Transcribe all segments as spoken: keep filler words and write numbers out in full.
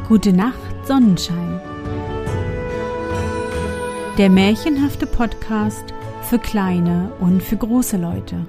Gute Nacht, Sonnenschein. Der märchenhafte Podcast für kleine und für große Leute.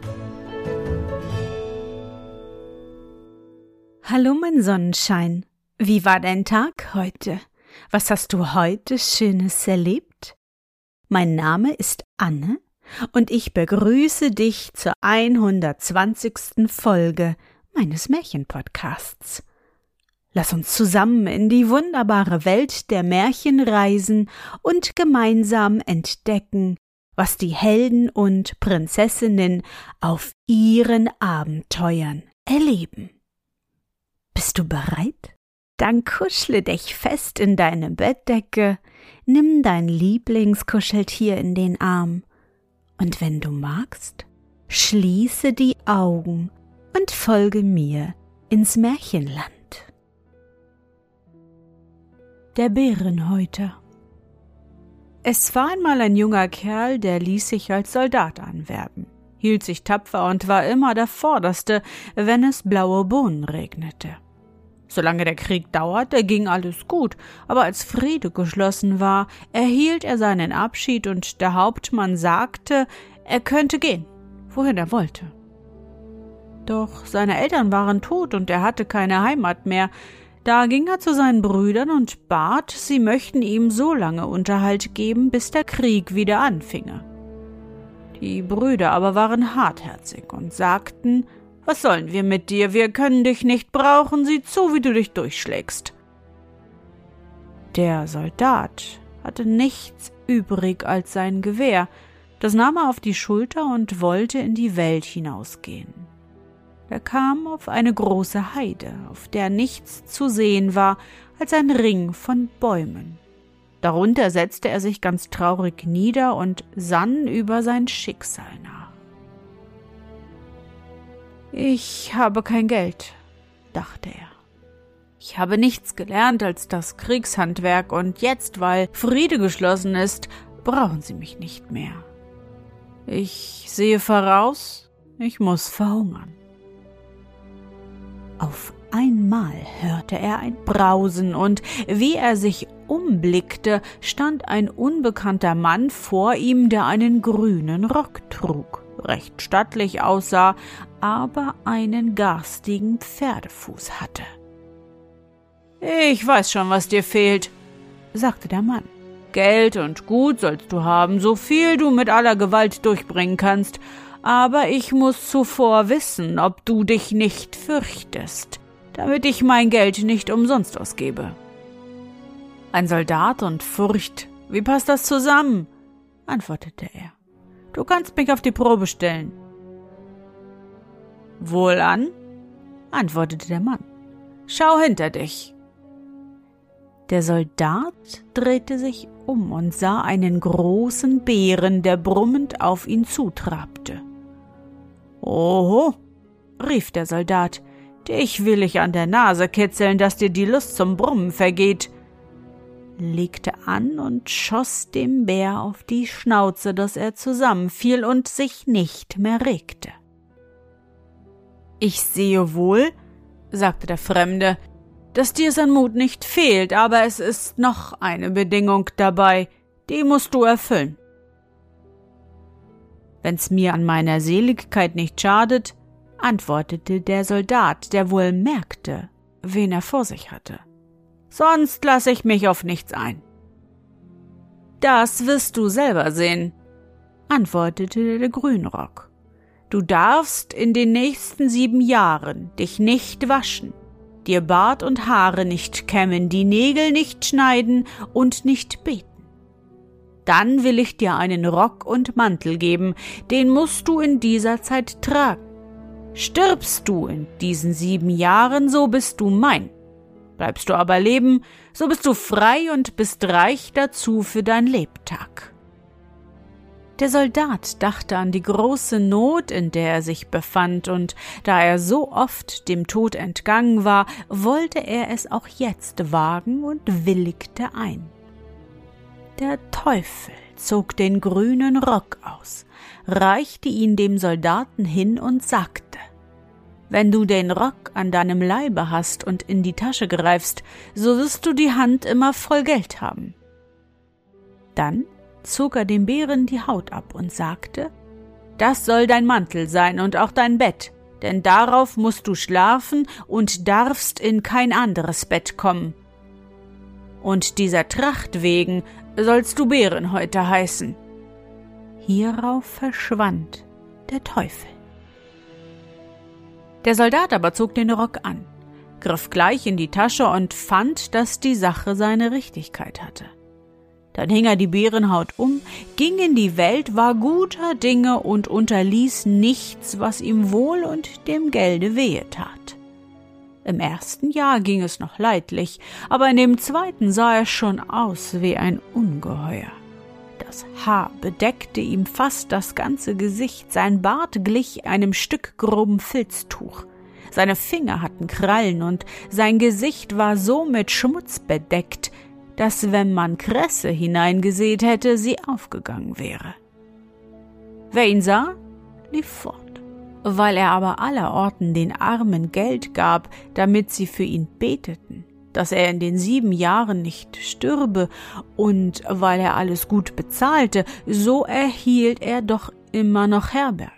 Hallo, mein Sonnenschein. Wie war dein Tag heute? Was hast du heute Schönes erlebt? Mein Name ist Anne und ich begrüße dich zur hundertzwanzigsten Folge meines Märchenpodcasts. Lass uns zusammen in die wunderbare Welt der Märchen reisen und gemeinsam entdecken, was die Helden und Prinzessinnen auf ihren Abenteuern erleben. Bist du bereit? Dann kuschle dich fest in deine Bettdecke, nimm dein Lieblingskuscheltier in den Arm und wenn du magst, schließe die Augen und folge mir ins Märchenland. Der Bärenhäuter. Es war einmal ein junger Kerl, der ließ sich als Soldat anwerben, hielt sich tapfer und war immer der Vorderste, wenn es blaue Bohnen regnete. Solange der Krieg dauerte, ging alles gut, aber als Friede geschlossen war, erhielt er seinen Abschied und der Hauptmann sagte, er könnte gehen, wohin er wollte. Doch seine Eltern waren tot und er hatte keine Heimat mehr. Da ging er zu seinen Brüdern und bat, sie möchten ihm so lange Unterhalt geben, bis der Krieg wieder anfinge. Die Brüder aber waren hartherzig und sagten, »Was sollen wir mit dir? Wir können dich nicht brauchen, sieh zu, wie du dich durchschlägst.« Der Soldat hatte nichts übrig als sein Gewehr, das nahm er auf die Schulter und wollte in die Welt hinausgehen. Er kam auf eine große Heide, auf der nichts zu sehen war als ein Ring von Bäumen. Darunter setzte er sich ganz traurig nieder und sann über sein Schicksal nach. »Ich habe kein Geld«, dachte er. »Ich habe nichts gelernt als das Kriegshandwerk und jetzt, weil Friede geschlossen ist, brauchen sie mich nicht mehr. Ich sehe voraus, ich muss verhungern.« Auf einmal hörte er ein Brausen und wie er sich umblickte, stand ein unbekannter Mann vor ihm, der einen grünen Rock trug, recht stattlich aussah, aber einen garstigen Pferdefuß hatte. »Ich weiß schon, was dir fehlt«, sagte der Mann. »Geld und Gut sollst du haben, so viel du mit aller Gewalt durchbringen kannst, aber ich muss zuvor wissen, ob du dich nicht fürchtest, damit ich mein Geld nicht umsonst ausgebe.« »Ein Soldat und Furcht, wie passt das zusammen?« antwortete er. »Du kannst mich auf die Probe stellen.« »Wohlan«, antwortete der Mann. »Schau hinter dich.« Der Soldat drehte sich um und sah einen großen Bären, der brummend auf ihn zutrabte. »Oho«, rief der Soldat, »dich will ich an der Nase kitzeln, dass dir die Lust zum Brummen vergeht«, legte an und schoss dem Bär auf die Schnauze, dass er zusammenfiel und sich nicht mehr regte. »Ich sehe wohl«, sagte der Fremde, »dass dir es an Mut nicht fehlt, aber es ist noch eine Bedingung dabei, die musst du erfüllen.« »Wenn's mir an meiner Seligkeit nicht schadet«, antwortete der Soldat, der wohl merkte, wen er vor sich hatte. »Sonst lasse ich mich auf nichts ein.« »Das wirst du selber sehen«, antwortete der Grünrock. »Du darfst in den nächsten sieben Jahren dich nicht waschen, dir Bart und Haare nicht kämmen, die Nägel nicht schneiden und nicht beten. Dann will ich dir einen Rock und Mantel geben, den musst du in dieser Zeit tragen. Stirbst du in diesen sieben Jahren, so bist du mein. Bleibst du aber leben, so bist du frei und bist reich dazu für dein Lebtag.« Der Soldat dachte an die große Not, in der er sich befand, und da er so oft dem Tod entgangen war, wollte er es auch jetzt wagen und willigte ein. Der Teufel zog den grünen Rock aus, reichte ihn dem Soldaten hin und sagte: Wenn du den Rock an deinem Leibe hast und in die Tasche greifst, so wirst du die Hand immer voll Geld haben.« Dann zog er dem Bären die Haut ab und sagte: »Das soll dein Mantel sein und auch dein Bett, denn darauf musst du schlafen und darfst in kein anderes Bett kommen. Und dieser Tracht wegen sollst du Bärenhäuter heißen.« Hierauf verschwand der Teufel. Der Soldat aber zog den Rock an, griff gleich in die Tasche und fand, dass die Sache seine Richtigkeit hatte. Dann hing er die Bärenhaut um, ging in die Welt, war guter Dinge und unterließ nichts, was ihm wohl und dem Gelde wehe tat. Im ersten Jahr ging es noch leidlich, aber in dem zweiten sah er schon aus wie ein Ungeheuer. Das Haar bedeckte ihm fast das ganze Gesicht, sein Bart glich einem Stück groben Filztuch. Seine Finger hatten Krallen und sein Gesicht war so mit Schmutz bedeckt, dass, wenn man Kresse hineingesät hätte, sie aufgegangen wäre. Wer ihn sah, lief fort. Weil er aber allerorten den Armen Geld gab, damit sie für ihn beteten, dass er in den sieben Jahren nicht stürbe, und weil er alles gut bezahlte, so erhielt er doch immer noch Herberge.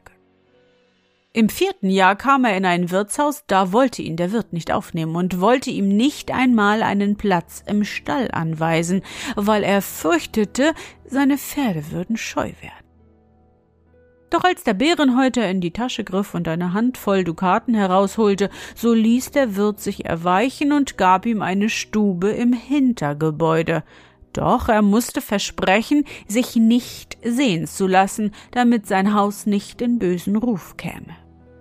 Im vierten Jahr kam er in ein Wirtshaus, da wollte ihn der Wirt nicht aufnehmen und wollte ihm nicht einmal einen Platz im Stall anweisen, weil er fürchtete, seine Pferde würden scheu werden. Doch als der Bärenhäuter in die Tasche griff und eine Handvoll Dukaten herausholte, so ließ der Wirt sich erweichen und gab ihm eine Stube im Hintergebäude. Doch er musste versprechen, sich nicht sehen zu lassen, damit sein Haus nicht in bösen Ruf käme.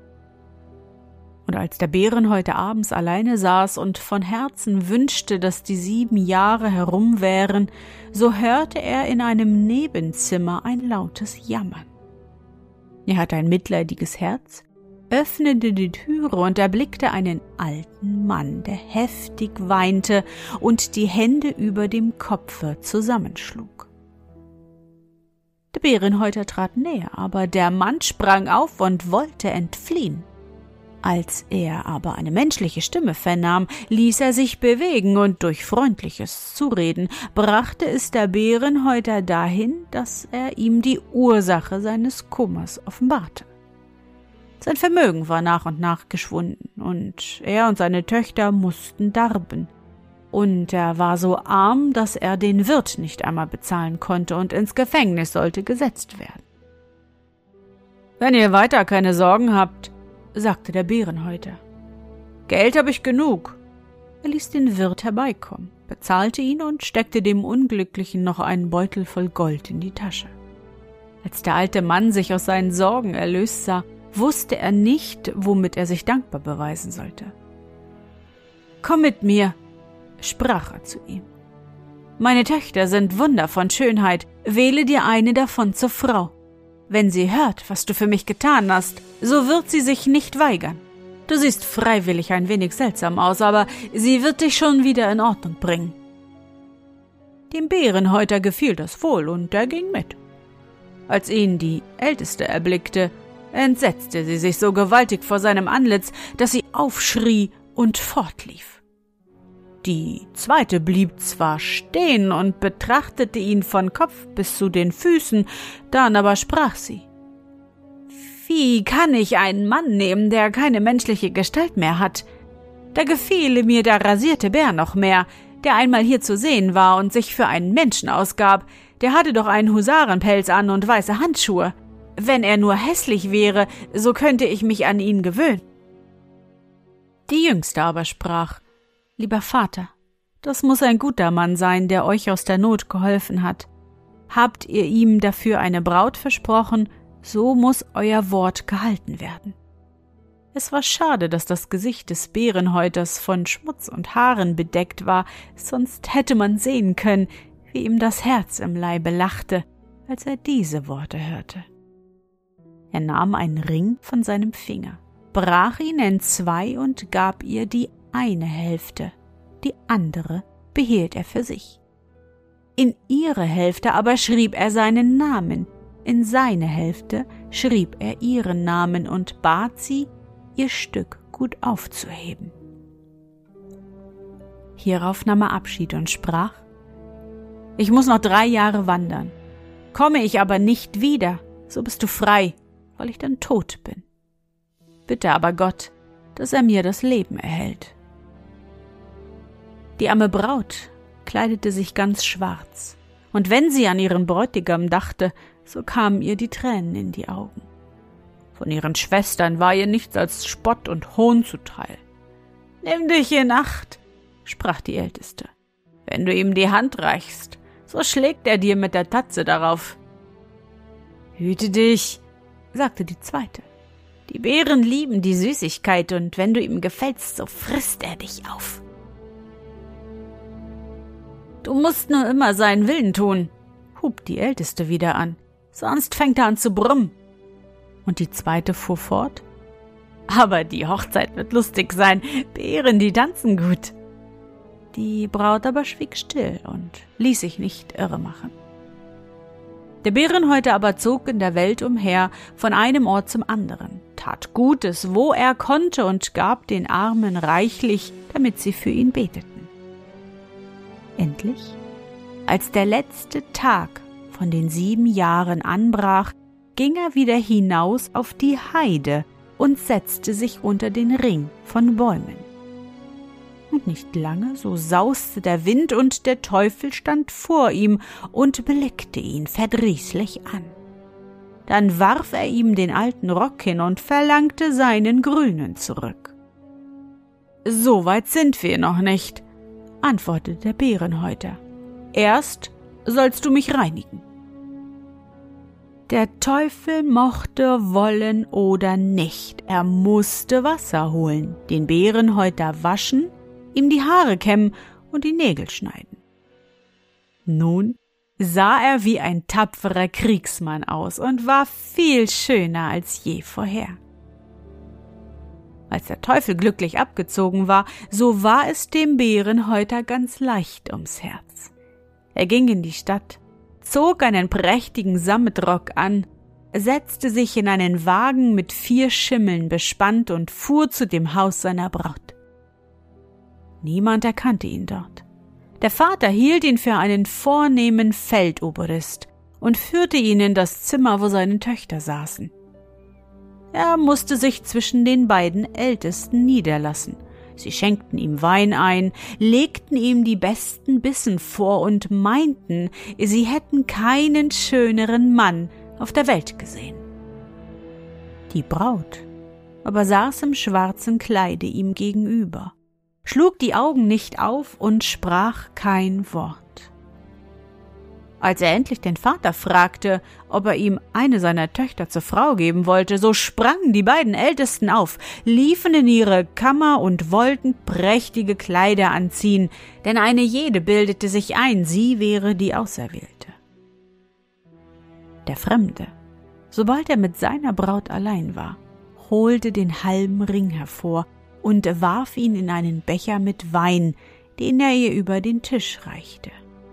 Und als der Bärenhäuter abends alleine saß und von Herzen wünschte, dass die sieben Jahre herum wären, so hörte er in einem Nebenzimmer ein lautes Jammern. Er hatte ein mitleidiges Herz, öffnete die Türe und erblickte einen alten Mann, der heftig weinte und die Hände über dem Kopfe zusammenschlug. Der Bärenhäuter trat näher, aber der Mann sprang auf und wollte entfliehen. Als er aber eine menschliche Stimme vernahm, ließ er sich bewegen und durch freundliches Zureden brachte es der Bärenhäuter dahin, dass er ihm die Ursache seines Kummers offenbarte. Sein Vermögen war nach und nach geschwunden, und er und seine Töchter mussten darben. Und er war so arm, dass er den Wirt nicht einmal bezahlen konnte und ins Gefängnis sollte gesetzt werden. »Wenn ihr weiter keine Sorgen habt«, sagte der Bärenhäuter. »Geld habe ich genug.« Er ließ den Wirt herbeikommen, bezahlte ihn und steckte dem Unglücklichen noch einen Beutel voll Gold in die Tasche. Als der alte Mann sich aus seinen Sorgen erlöst sah, wusste er nicht, womit er sich dankbar beweisen sollte. »Komm mit mir«, sprach er zu ihm. »Meine Töchter sind Wunder von Schönheit, wähle dir eine davon zur Frau. Wenn sie hört, was du für mich getan hast, so wird sie sich nicht weigern. Du siehst freiwillig ein wenig seltsam aus, aber sie wird dich schon wieder in Ordnung bringen.« Dem Bärenhäuter gefiel das wohl, und er ging mit. Als ihn die Älteste erblickte, entsetzte sie sich so gewaltig vor seinem Antlitz, dass sie aufschrie und fortlief. Die zweite blieb zwar stehen und betrachtete ihn von Kopf bis zu den Füßen, dann aber sprach sie: »Wie kann ich einen Mann nehmen, der keine menschliche Gestalt mehr hat? Da gefiele mir der rasierte Bär noch mehr, der einmal hier zu sehen war und sich für einen Menschen ausgab. Der hatte doch einen Husarenpelz an und weiße Handschuhe. Wenn er nur hässlich wäre, so könnte ich mich an ihn gewöhnen.« Die Jüngste aber sprach: »Lieber Vater, das muss ein guter Mann sein, der euch aus der Not geholfen hat. Habt ihr ihm dafür eine Braut versprochen, so muss euer Wort gehalten werden.« Es war schade, dass das Gesicht des Bärenhäuters von Schmutz und Haaren bedeckt war, sonst hätte man sehen können, wie ihm das Herz im Leibe lachte, als er diese Worte hörte. Er nahm einen Ring von seinem Finger, brach ihn in zwei und gab ihr die eine Hälfte, die andere behielt er für sich. In ihre Hälfte aber schrieb er seinen Namen, in seine Hälfte schrieb er ihren Namen und bat sie, ihr Stück gut aufzuheben. Hierauf nahm er Abschied und sprach: »Ich muss noch drei Jahre wandern. Komme ich aber nicht wieder, so bist du frei, weil ich dann tot bin. Bitte aber Gott, dass er mir das Leben erhält.« Die arme Braut kleidete sich ganz schwarz, und wenn sie an ihren Bräutigam dachte, so kamen ihr die Tränen in die Augen. Von ihren Schwestern war ihr nichts als Spott und Hohn zuteil. »Nimm dich in Acht«, sprach die Älteste. »Wenn du ihm die Hand reichst, so schlägt er dir mit der Tatze darauf.« »Hüte dich«, sagte die Zweite. »Die Bären lieben die Süßigkeit, und wenn du ihm gefällst, so frisst er dich auf.« »Du musst nur immer seinen Willen tun«, hub die Älteste wieder an, »sonst fängt er an zu brummen.« Und die Zweite fuhr fort: »Aber die Hochzeit wird lustig sein, Bären, die tanzen gut.« Die Braut aber schwieg still und ließ sich nicht irre machen. Der Bärenhäuter aber zog in der Welt umher, von einem Ort zum anderen, tat Gutes, wo er konnte, und gab den Armen reichlich, damit sie für ihn beteten. Endlich, als der letzte Tag von den sieben Jahren anbrach, ging er wieder hinaus auf die Heide und setzte sich unter den Ring von Bäumen. Und nicht lange, so sauste der Wind, und der Teufel stand vor ihm und blickte ihn verdrießlich an. Dann warf er ihm den alten Rock hin und verlangte seinen grünen zurück. »So weit sind wir noch nicht«, antwortete der Bärenhäuter. »Erst sollst du mich reinigen.« Der Teufel mochte wollen oder nicht, er musste Wasser holen, den Bärenhäuter waschen, ihm die Haare kämmen und die Nägel schneiden. Nun sah er wie ein tapferer Kriegsmann aus und war viel schöner als je vorher. Als der Teufel glücklich abgezogen war, so war es dem Bärenhäuter ganz leicht ums Herz. Er ging in die Stadt, zog einen prächtigen Sammetrock an, setzte sich in einen Wagen mit vier Schimmeln bespannt und fuhr zu dem Haus seiner Braut. Niemand erkannte ihn dort. Der Vater hielt ihn für einen vornehmen Feldoberst und führte ihn in das Zimmer, wo seine Töchter saßen. Er musste sich zwischen den beiden Ältesten niederlassen. Sie schenkten ihm Wein ein, legten ihm die besten Bissen vor und meinten, sie hätten keinen schöneren Mann auf der Welt gesehen. Die Braut aber saß im schwarzen Kleide ihm gegenüber, schlug die Augen nicht auf und sprach kein Wort. Als er endlich den Vater fragte, ob er ihm eine seiner Töchter zur Frau geben wollte, so sprangen die beiden Ältesten auf, liefen in ihre Kammer und wollten prächtige Kleider anziehen, denn eine jede bildete sich ein, sie wäre die Auserwählte. Der Fremde, sobald er mit seiner Braut allein war, holte den halben Ring hervor und warf ihn in einen Becher mit Wein, den er ihr über den Tisch reichte.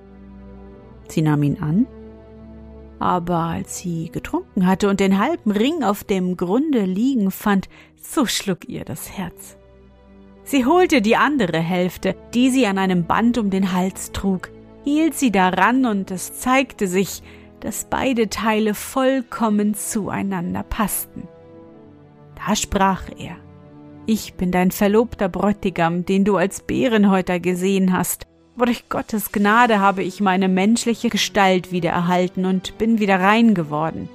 Sie nahm ihn an, aber als sie getrunken hatte und den halben Ring auf dem Grunde liegen fand, so schlug ihr das Herz. Sie holte die andere Hälfte, die sie an einem Band um den Hals trug, hielt sie daran, und es zeigte sich, dass beide Teile vollkommen zueinander passten. Da sprach er: »Ich bin dein verlobter Bräutigam, den du als Bärenhäuter gesehen hast. Aber durch Gottes Gnade habe ich meine menschliche Gestalt wieder erhalten und bin wieder rein geworden.«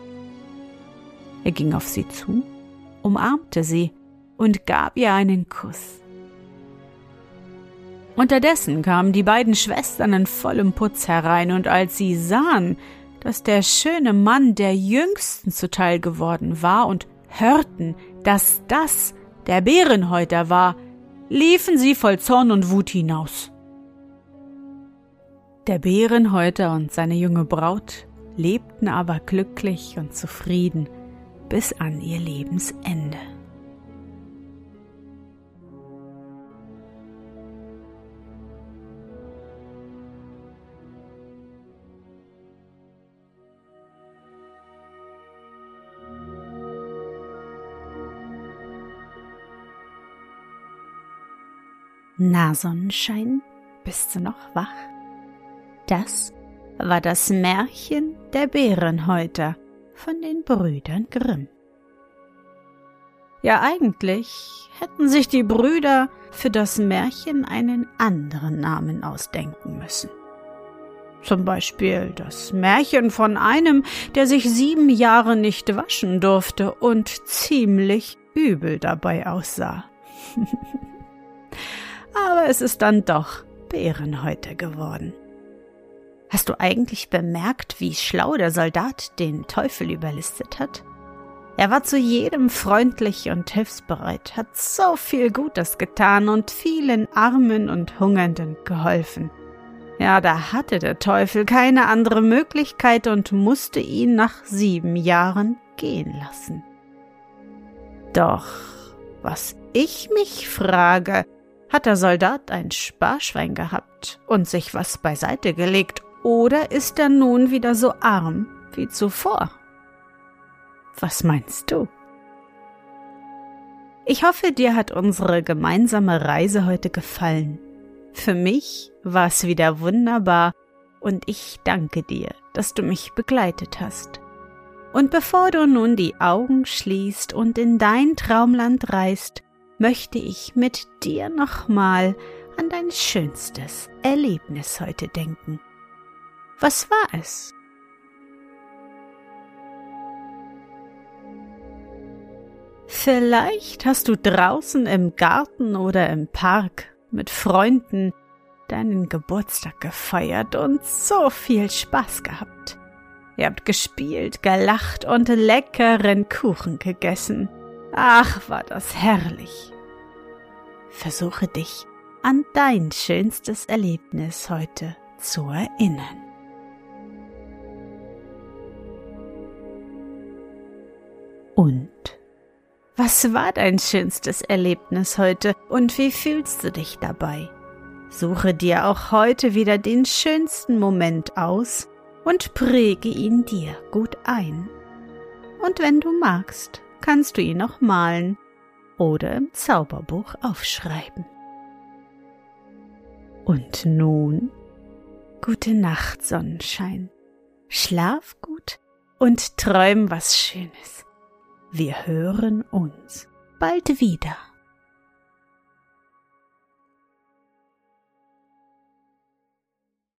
Er ging auf sie zu, umarmte sie und gab ihr einen Kuss. Unterdessen kamen die beiden Schwestern in vollem Putz herein, und als sie sahen, dass der schöne Mann der Jüngsten zuteil geworden war, und hörten, dass das der Bärenhäuter war, liefen sie voll Zorn und Wut hinaus. Der Bärenhäuter und seine junge Braut lebten aber glücklich und zufrieden bis an ihr Lebensende. Na, Sonnenschein, bist du noch wach? Das war das Märchen der Bärenhäuter von den Brüdern Grimm. Ja, eigentlich hätten sich die Brüder für das Märchen einen anderen Namen ausdenken müssen. Zum Beispiel das Märchen von einem, der sich sieben Jahre nicht waschen durfte und ziemlich übel dabei aussah. Aber es ist dann doch Bärenhäuter geworden. Hast du eigentlich bemerkt, wie schlau der Soldat den Teufel überlistet hat? Er war zu jedem freundlich und hilfsbereit, hat so viel Gutes getan und vielen Armen und Hungernden geholfen. Ja, da hatte der Teufel keine andere Möglichkeit und musste ihn nach sieben Jahren gehen lassen. Doch, was ich mich frage, hat der Soldat ein Sparschwein gehabt und sich was beiseite gelegt, oder ist er nun wieder so arm wie zuvor? Was meinst du? Ich hoffe, dir hat unsere gemeinsame Reise heute gefallen. Für mich war es wieder wunderbar und ich danke dir, dass du mich begleitet hast. Und bevor du nun die Augen schließt und in dein Traumland reist, möchte ich mit dir nochmal an dein schönstes Erlebnis heute denken. Was war es? Vielleicht hast du draußen im Garten oder im Park mit Freunden deinen Geburtstag gefeiert und so viel Spaß gehabt. Ihr habt gespielt, gelacht und leckeren Kuchen gegessen. Ach, war das herrlich. Versuche dich an dein schönstes Erlebnis heute zu erinnern. Und was war dein schönstes Erlebnis heute und wie fühlst du dich dabei? Suche dir auch heute wieder den schönsten Moment aus und präge ihn dir gut ein. Und wenn du magst, kannst du ihn auch malen oder im Zauberbuch aufschreiben. Und nun, gute Nacht, Sonnenschein. Schlaf gut und träum was Schönes. Wir hören uns bald wieder.